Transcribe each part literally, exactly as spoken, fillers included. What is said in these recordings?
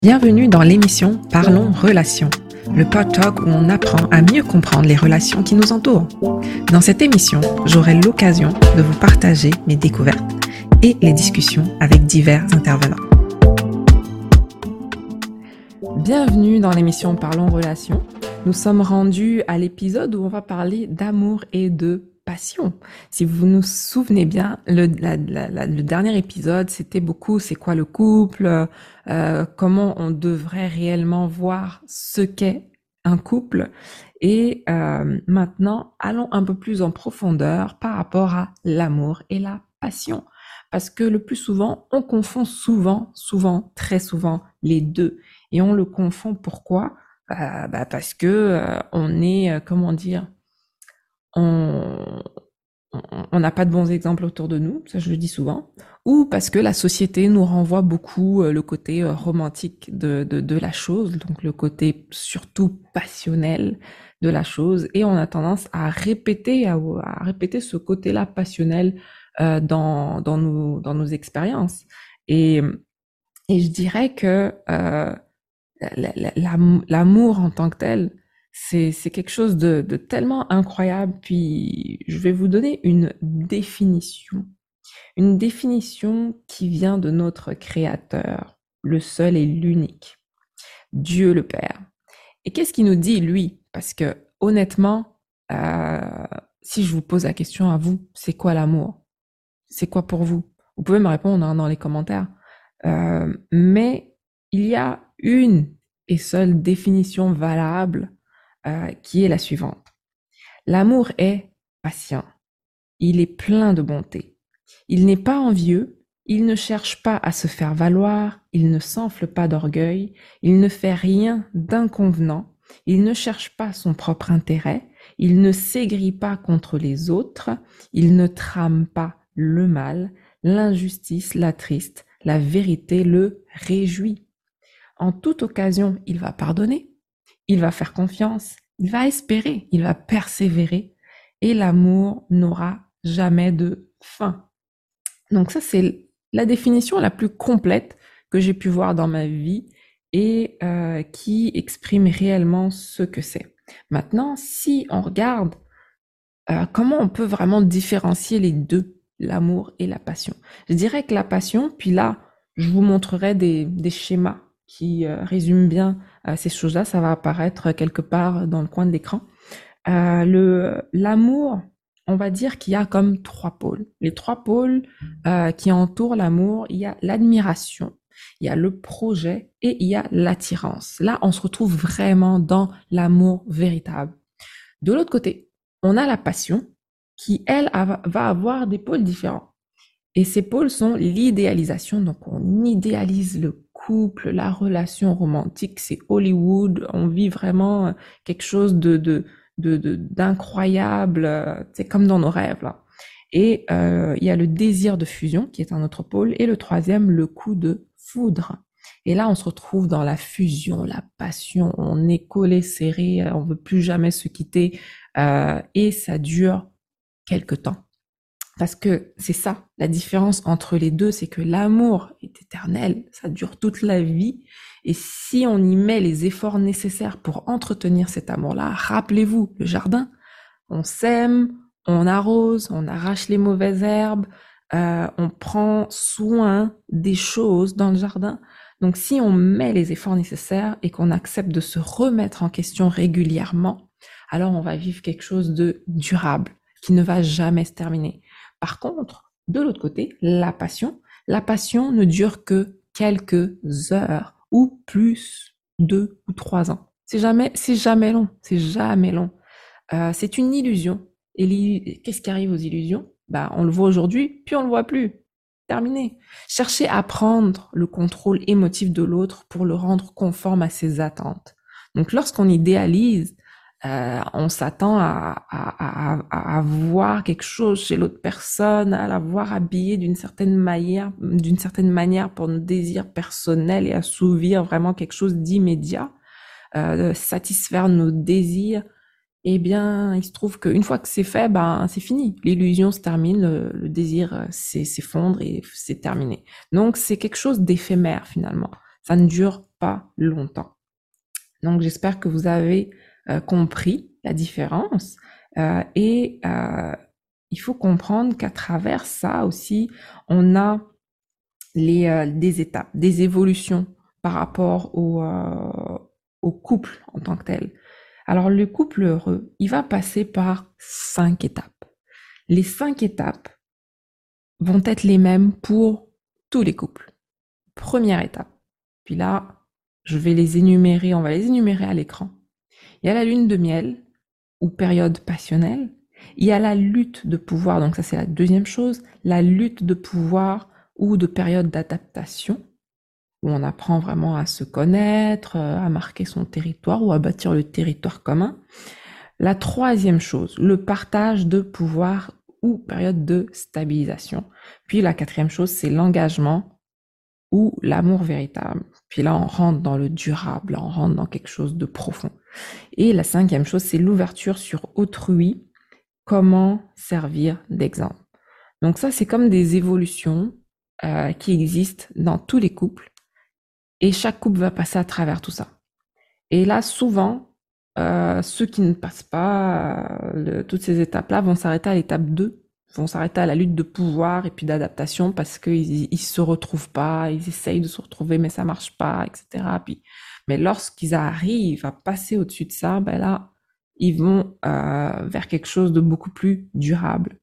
Bienvenue dans l'émission Parlons Relations, le pod talk où on apprend à mieux comprendre les relations qui nous entourent. Dans cette émission, j'aurai l'occasion de vous partager mes découvertes et les discussions avec divers intervenants. Bienvenue dans l'émission Parlons Relations. Nous sommes rendus à l'épisode où on va parler d'amour et de passion. Si vous nous souvenez bien, le, la, la, la, le dernier épisode, c'était beaucoup c'est quoi le couple, euh, comment on devrait réellement voir ce qu'est un couple. Et euh, maintenant, allons un peu plus en profondeur par rapport à l'amour et la passion. Parce que le plus souvent, on confond souvent, souvent, très souvent les deux. Et on le confond pourquoi ? euh, bah Parce que euh, on est, euh, comment dire, on on n'a pas de bons exemples autour de nous, ça je le dis souvent, ou parce que la société nous renvoie beaucoup euh, le côté euh, romantique de, de, de la chose, donc le côté surtout passionnel de la chose, et on a tendance à répéter, à, à répéter ce côté-là passionnel euh, dans, dans, nos, dans nos expériences. Et, et je dirais que euh, l'amour en tant que tel, c'est, c'est quelque chose de, de tellement incroyable. Puis, je vais vous donner une définition. Une définition qui vient de notre Créateur, le seul et l'unique, Dieu le Père. Et qu'est-ce qu'il nous dit, lui? Parce que, honnêtement, euh, si je vous pose la question à vous, c'est quoi l'amour? C'est quoi pour vous? Vous pouvez me répondre hein, dans les commentaires. Euh, mais il y a une et seule définition valable Euh, qui est la suivante. L'amour est patient. Il est plein de bonté. Il n'est pas envieux. Il ne cherche pas à se faire valoir. Il ne s'enfle pas d'orgueil. Il ne fait rien d'inconvenant. Il ne cherche pas son propre intérêt. Il ne s'aigrit pas contre les autres. Il ne trame pas le mal, l'injustice, l'attriste. La vérité le réjouit. En toute occasion, il va pardonner. Il va faire confiance, il va espérer, il va persévérer et l'amour n'aura jamais de fin. Donc ça, c'est la définition la plus complète que j'ai pu voir dans ma vie et euh, qui exprime réellement ce que c'est. Maintenant, si on regarde euh, comment on peut vraiment différencier les deux, l'amour et la passion. Je dirais que la passion, puis là, je vous montrerai des, des schémas qui euh, résument bien euh, ces choses-là. Ça va apparaître quelque part dans le coin de l'écran. Euh, le, l'amour, on va dire qu'il y a comme trois pôles. Les trois pôles euh, qui entourent l'amour, il y a l'admiration, il y a le projet et il y a l'attirance. Là, on se retrouve vraiment dans l'amour véritable. De l'autre côté, on a la passion qui, elle, va avoir des pôles différents. Et ces pôles sont l'idéalisation, donc on idéalise le couple, la relation romantique, c'est Hollywood, on vit vraiment quelque chose de, de, de, de d'incroyable, c'est comme dans nos rêves là. Et euh, il y a le désir de fusion qui est un autre pôle, et le troisième, le coup de foudre. Et là, on se retrouve dans la fusion, la passion, on est collé, serré, on veut plus jamais se quitter, euh, et ça dure quelque temps. Parce que c'est ça, la différence entre les deux, c'est que l'amour est éternel, ça dure toute la vie, et si on y met les efforts nécessaires pour entretenir cet amour-là, rappelez-vous, le jardin, on sème, on arrose, on arrache les mauvaises herbes, euh, on prend soin des choses dans le jardin. Donc si on met les efforts nécessaires et qu'on accepte de se remettre en question régulièrement, alors on va vivre quelque chose de durable, qui ne va jamais se terminer. Par contre, de l'autre côté, la passion, la passion ne dure que quelques heures ou plus, deux ou trois ans. C'est jamais, c'est jamais long, c'est jamais long. Euh, c'est une illusion. Et qu'est-ce qui arrive aux illusions? Bah, on le voit aujourd'hui, puis on le voit plus. Terminé. Cherchez à prendre le contrôle émotif de l'autre pour le rendre conforme à ses attentes. Donc, lorsqu'on idéalise, Euh, on s'attend à, à, à, à voir quelque chose chez l'autre personne, à la voir habillée d'une certaine manière, d'une certaine manière pour nos désirs personnels et assouvir vraiment quelque chose d'immédiat, euh, satisfaire nos désirs. Eh bien, il se trouve qu'une fois que c'est fait, ben c'est fini. L'illusion se termine, le, le désir s'effondre et c'est terminé. Donc c'est quelque chose d'éphémère finalement. ça ne dure pas longtemps. Donc j'espère que vous avez euh, compris la différence euh, et euh, il faut comprendre qu'à travers ça aussi, on a les, euh, des étapes, des évolutions par rapport au, euh, au couple en tant que tel. Alors le couple heureux, il va passer par cinq étapes. Les cinq étapes vont être les mêmes pour tous les couples. Première étape. Puis là, je vais les énumérer, on va les énumérer à l'écran. Il y a la lune de miel, ou période passionnelle. Il y a la lutte de pouvoir, donc ça c'est la deuxième chose, la lutte de pouvoir ou de période d'adaptation, où on apprend vraiment à se connaître, à marquer son territoire ou à bâtir le territoire commun. La troisième chose, le partage de pouvoir ou période de stabilisation. Puis la quatrième chose, c'est l'engagement ou l'amour véritable. Puis là, on rentre dans le durable, on rentre dans quelque chose de profond. Et la cinquième chose, c'est l'ouverture sur autrui, comment servir d'exemple. Donc ça, c'est comme des évolutions euh, qui existent dans tous les couples. Et chaque couple va passer à travers tout ça. Et là, souvent, euh, ceux qui ne passent pas euh, le, toutes ces étapes-là vont s'arrêter à l'étape deux, vont s'arrêter à la lutte de pouvoir et puis d'adaptation parce qu'ils ils se retrouvent pas, ils essayent de se retrouver mais ça marche pas, et cetera. Puis, mais lorsqu'ils arrivent à passer au-dessus de ça, ben là, ils vont euh, vers quelque chose de beaucoup plus durable.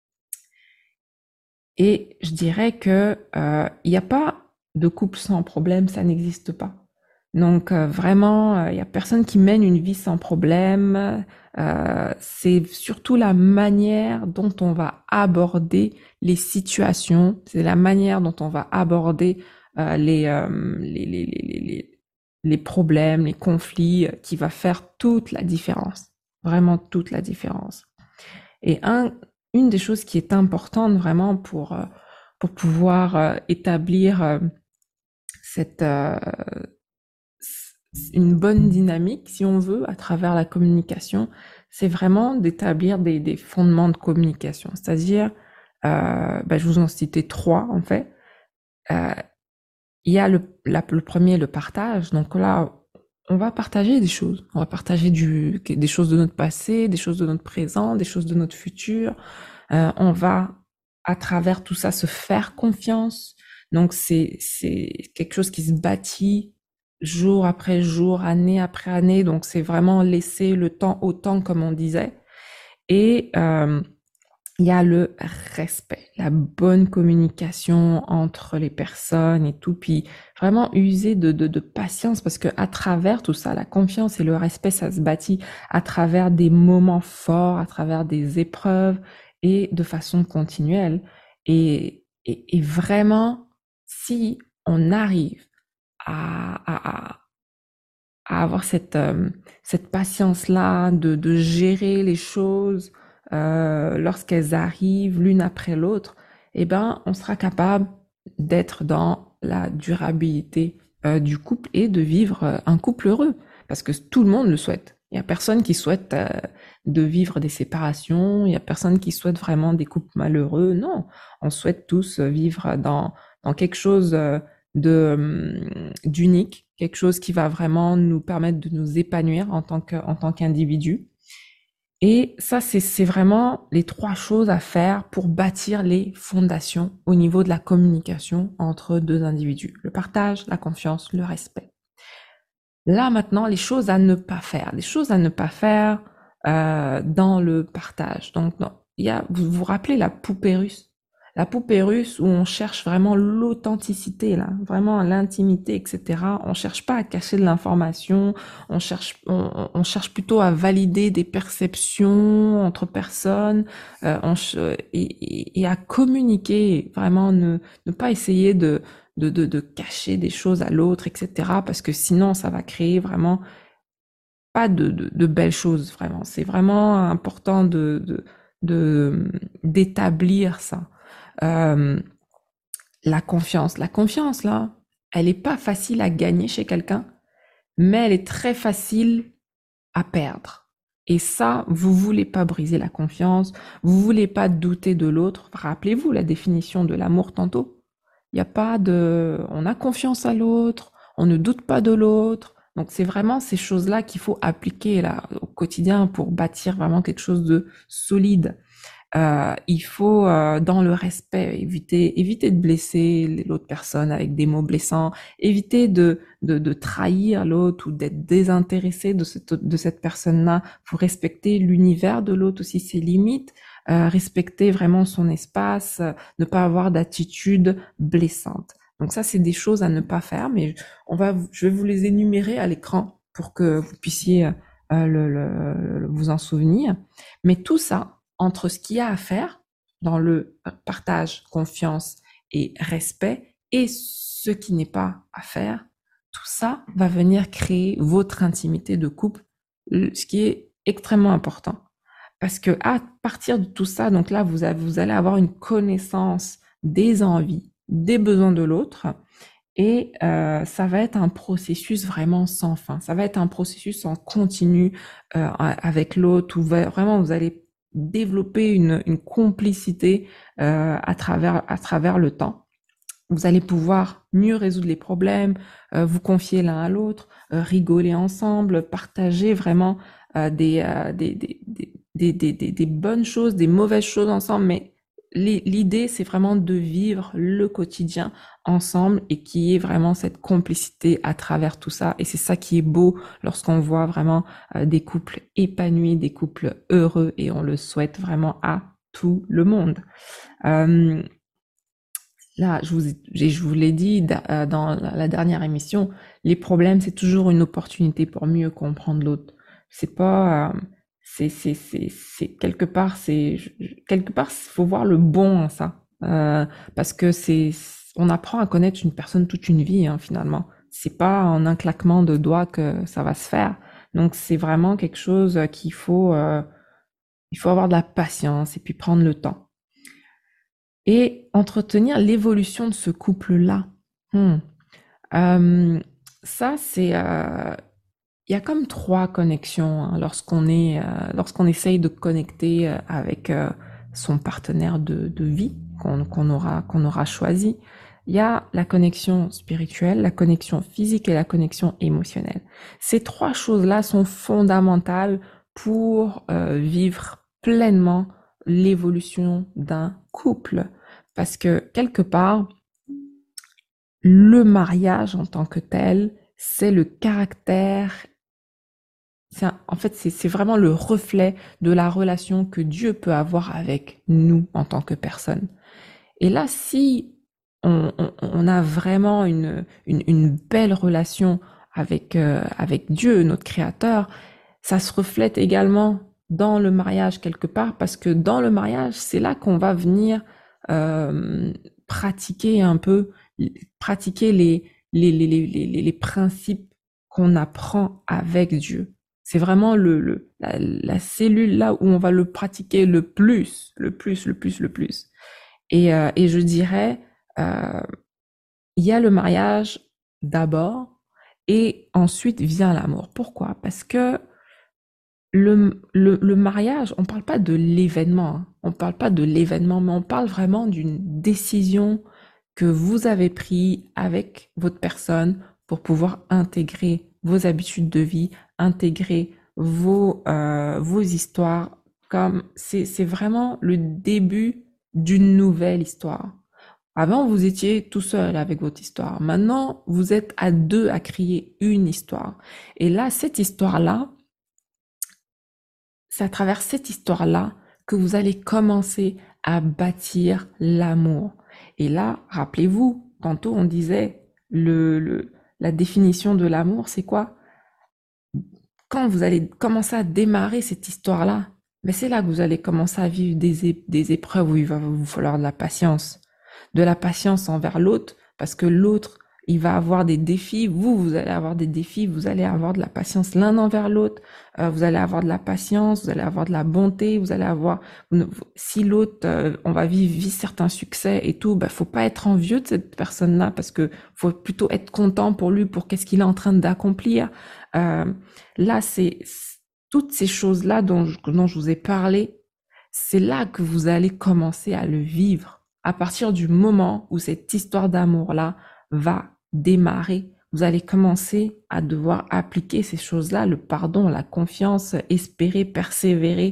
Et je dirais que euh, il n'y a pas de couple sans problème, ça n'existe pas. Donc euh, vraiment, il euh, y a personne qui mène une vie sans problème. Euh, c'est surtout la manière dont on va aborder les situations, c'est la manière dont on va aborder euh, les, euh, les, les, les, les, les problèmes, les conflits, euh, qui va faire toute la différence, vraiment toute la différence. Et un, une des choses qui est importante vraiment pour euh, pour pouvoir euh, établir euh, cette euh, une bonne dynamique, si on veut, à travers la communication, c'est vraiment d'établir des, des fondements de communication. C'est-à-dire, euh, ben, je vous en citais trois en fait. Euh, il y a le, la, le premier, le partage. Donc là, on va partager des choses. On va partager du, des choses de notre passé, des choses de notre présent, des choses de notre futur. Euh, on va, à travers tout ça, se faire confiance. Donc c'est c'est quelque chose qui se bâtit jour après jour, année après année. Donc c'est vraiment laisser le temps au temps, comme on disait. Et euh, il y a le respect, la bonne communication entre les personnes et tout, puis vraiment user de, de, de patience parce que à travers tout ça, la confiance et le respect, ça se bâtit à travers des moments forts, à travers des épreuves et de façon continuelle. Et, et, et vraiment, si on arrive à, à, à à avoir cette euh, cette patience-là de, de gérer les choses euh, lorsqu'elles arrivent l'une après l'autre, eh ben, on sera capable d'être dans la durabilité euh, du couple et de vivre euh, un couple heureux, parce que tout le monde le souhaite. Il y a personne qui souhaite euh, de vivre des séparations, il y a personne qui souhaite vraiment des couples malheureux. Non, on souhaite tous vivre dans dans quelque chose euh, de d'unique, quelque chose qui va vraiment nous permettre de nous épanouir en tant que en tant qu'individu. Et ça, c'est c'est vraiment les trois choses à faire pour bâtir les fondations au niveau de la communication entre deux individus. Le partage, la confiance, le respect. Là, maintenant, les choses à ne pas faire. Les choses à ne pas faire euh, dans le partage. Donc, non, il y a, vous vous rappelez la poupée russe? La poupée russe où on cherche vraiment l'authenticité, là, vraiment l'intimité, et cetera. On cherche pas à cacher de l'information, on cherche, on, on cherche plutôt à valider des perceptions entre personnes, euh, on, et, et, et à communiquer, vraiment ne, ne pas essayer de, de, de, de cacher des choses à l'autre, et cetera. Parce que sinon, ça va créer vraiment pas de, de, de belles choses, vraiment. C'est vraiment important de, de, de d'établir ça. Euh, la confiance. La confiance, là, elle est pas facile à gagner chez quelqu'un, mais elle est très facile à perdre. Et ça, vous voulez pas briser la confiance, vous voulez pas douter de l'autre. Rappelez-vous la définition de l'amour tantôt. Il n'y a pas de, on a confiance à l'autre, on ne doute pas de l'autre. Donc c'est vraiment ces choses-là qu'il faut appliquer là au quotidien pour bâtir vraiment quelque chose de solide. Euh, il faut, euh, dans le respect, éviter, éviter de blesser l'autre personne avec des mots blessants, éviter de, de, de trahir l'autre ou d'être désintéressé de cette, de cette personne-là. Faut respecter l'univers de l'autre aussi, ses limites, euh, respecter vraiment son espace, euh, ne pas avoir d'attitude blessante. Donc ça, c'est des choses à ne pas faire, mais on va, je vais vous les énumérer à l'écran pour que vous puissiez euh, le, le, le, vous en souvenir. Mais tout ça, entre ce qu'il y a à faire dans le partage, confiance et respect et ce qui n'est pas à faire, tout ça va venir créer votre intimité de couple, ce qui est extrêmement important. Parce que à partir de tout ça, donc là, vous, avez, vous allez avoir une connaissance des envies, des besoins de l'autre, et euh, ça va être un processus vraiment sans fin. Ça va être un processus en continu euh, avec l'autre, où vraiment vous allez développer une, une complicité euh, à travers à travers le temps. Vous allez pouvoir mieux résoudre les problèmes, euh, vous confier l'un à l'autre, euh, rigoler ensemble, partager vraiment euh, des, euh, des, des, des, des, des, des bonnes choses, des mauvaises choses ensemble, mais l'idée, c'est vraiment de vivre le quotidien ensemble et qu'il y ait vraiment cette complicité à travers tout ça. Et c'est ça qui est beau lorsqu'on voit vraiment euh, des couples épanouis, des couples heureux, et on le souhaite vraiment à tout le monde. Euh, là, je vous, je vous l'ai dit dans la dernière émission, les problèmes, c'est toujours une opportunité pour mieux comprendre l'autre. C'est pas... Euh, c'est c'est c'est c'est quelque part c'est quelque part faut voir le bon en ça euh, parce que c'est on apprend à connaître une personne toute une vie hein, finalement c'est pas en un claquement de doigts que ça va se faire donc c'est vraiment quelque chose qu'il faut euh, il faut avoir de la patience et puis prendre le temps et entretenir l'évolution de ce couple là hmm. euh, ça c'est euh, il y a comme trois connexions hein, lorsqu'on est, euh, lorsqu'on essaye de connecter euh, avec euh, son partenaire de, de vie qu'on qu'on aura, qu'on aura choisi. Il y a la connexion spirituelle, la connexion physique et la connexion émotionnelle. Ces trois choses-là sont fondamentales pour euh, vivre pleinement l'évolution d'un couple. Parce que quelque part, le mariage en tant que tel, c'est le caractère c'est en fait, c'est, c'est vraiment le reflet de la relation que Dieu peut avoir avec nous en tant que personne. Et là, si on, on, on a vraiment une, une, une belle relation avec, euh, avec Dieu, notre Créateur, ça se reflète également dans le mariage quelque part, parce que dans le mariage, c'est là qu'on va venir euh, pratiquer un peu, pratiquer les, les, les, les, les, les principes qu'on apprend avec Dieu. C'est vraiment le, le la, la cellule là où on va le pratiquer le plus, le plus, le plus, le plus. Et, euh, et je dirais, euh, il y a le mariage d'abord et ensuite vient l'amour. Pourquoi? Parce que le, le, le mariage, on parle pas de l'événement, hein. On parle pas de l'événement, mais on parle vraiment d'une décision que vous avez prise avec votre personne pour pouvoir intégrer vos habitudes de vie, intégrer vos, euh, vos histoires, comme c'est, c'est vraiment le début d'une nouvelle histoire. Avant, vous étiez tout seul avec votre histoire. Maintenant, vous êtes à deux à créer une histoire. Et là, cette histoire-là, c'est à travers cette histoire-là que vous allez commencer à bâtir l'amour. Et là, rappelez-vous, tantôt on disait le, le la définition de l'amour, c'est quoi? Quand vous allez commencer à démarrer cette histoire-là, mais c'est là que vous allez commencer à vivre des, é- des épreuves où il va vous falloir de la patience. De la patience envers l'autre, parce que l'autre, il va avoir des défis, vous, vous allez avoir des défis, vous allez avoir de la patience l'un envers l'autre, euh, vous allez avoir de la patience, vous allez avoir de la bonté, vous allez avoir, si l'autre, euh, on va vivre, vivre certains succès et tout, bah, faut pas être envieux de cette personne-là, parce que faut plutôt être content pour lui, pour qu'est-ce qu'il est en train d'accomplir. Euh, là, c'est toutes ces choses-là dont je, dont je vous ai parlé, c'est là que vous allez commencer à le vivre. À partir du moment où cette histoire d'amour-là va démarrer vous allez commencer à devoir appliquer ces choses-là, le pardon, la confiance, espérer, persévérer.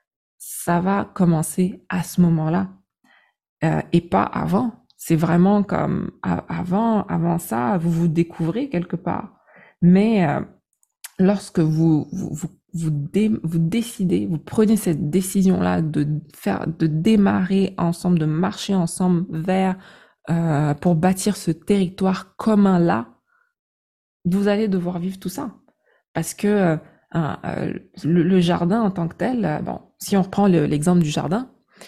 Ça va commencer à ce moment-là euh, et pas avant. C'est vraiment comme avant, avant ça, vous vous découvrez quelque part. Mais euh, lorsque vous vous, vous, vous, dé, vous décidez, vous prenez cette décision-là de faire, de démarrer ensemble, de marcher ensemble vers euh, pour bâtir ce territoire commun-là, vous allez devoir vivre tout ça. Parce que euh, euh, le, le jardin en tant que tel, euh, bon, si on reprend le, l'exemple du jardin,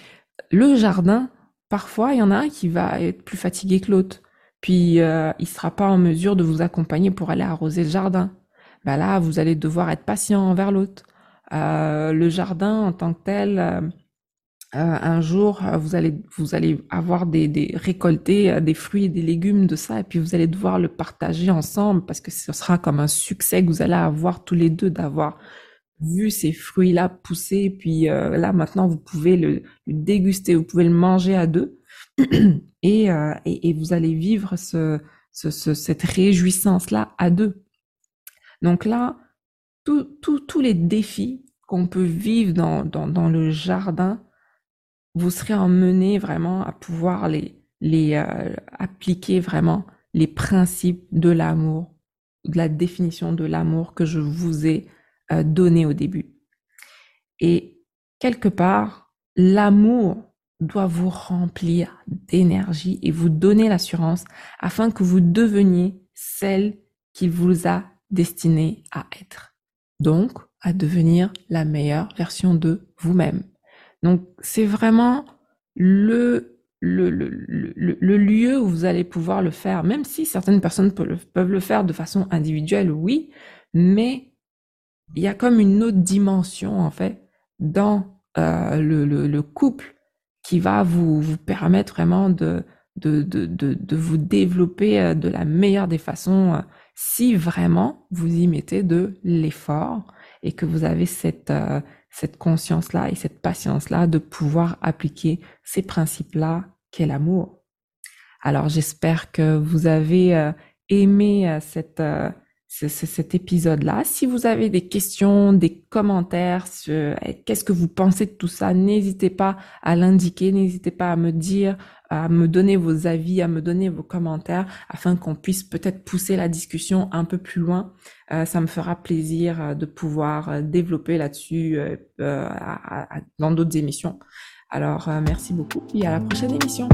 le jardin, parfois, il y en a un qui va être plus fatigué que l'autre. Puis, euh, il sera pas en mesure de vous accompagner pour aller arroser le jardin. Ben là, vous allez devoir être patient envers l'autre. Euh, le jardin en tant que tel, euh, euh, un jour, vous allez vous allez avoir des, des récolter euh, des fruits et des légumes de ça, et puis vous allez devoir le partager ensemble parce que ce sera comme un succès que vous allez avoir tous les deux d'avoir vu ces fruits-là pousser, puis euh, là maintenant vous pouvez le, le déguster, vous pouvez le manger à deux, et, euh, et, et vous allez vivre ce, ce, ce, cette réjouissance-là à deux. Donc là, tous tout, tous les défis qu'on peut vivre dans, dans, dans le jardin, vous serez emmené vraiment à pouvoir les, les euh, appliquer vraiment les principes de l'amour, de la définition de l'amour que je vous ai euh, donné au début. Et quelque part, l'amour doit vous remplir d'énergie et vous donner l'assurance afin que vous deveniez celle qu'il vous a destinée à être. Donc, à devenir la meilleure version de vous-même. Donc, c'est vraiment le, le, le, le, le lieu où vous allez pouvoir le faire, même si certaines personnes peuvent le, peuvent le faire de façon individuelle, oui, mais il y a comme une autre dimension, en fait, dans euh, le, le, le couple qui va vous, vous permettre vraiment de, de, de, de, de vous développer de la meilleure des façons si vraiment vous y mettez de l'effort et que vous avez cette... Euh, cette conscience-là et cette patience-là de pouvoir appliquer ces principes-là qu'est l'amour. Alors, j'espère que vous avez euh, aimé euh, cette, euh, ce, ce, cet épisode-là. Si vous avez des questions, des commentaires, sur, euh, qu'est-ce que vous pensez de tout ça, n'hésitez pas à l'indiquer, n'hésitez pas à me dire, à me donner vos avis, à me donner vos commentaires, afin qu'on puisse peut-être pousser la discussion un peu plus loin. Euh, ça me fera plaisir euh, de pouvoir euh, développer là-dessus euh, euh, à, à, dans d'autres émissions. Alors, euh, merci beaucoup et à la prochaine émission.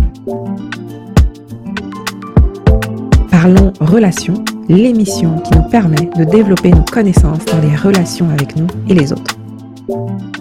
Parlons Relations, l'émission qui nous permet de développer nos connaissances dans les relations avec nous et les autres.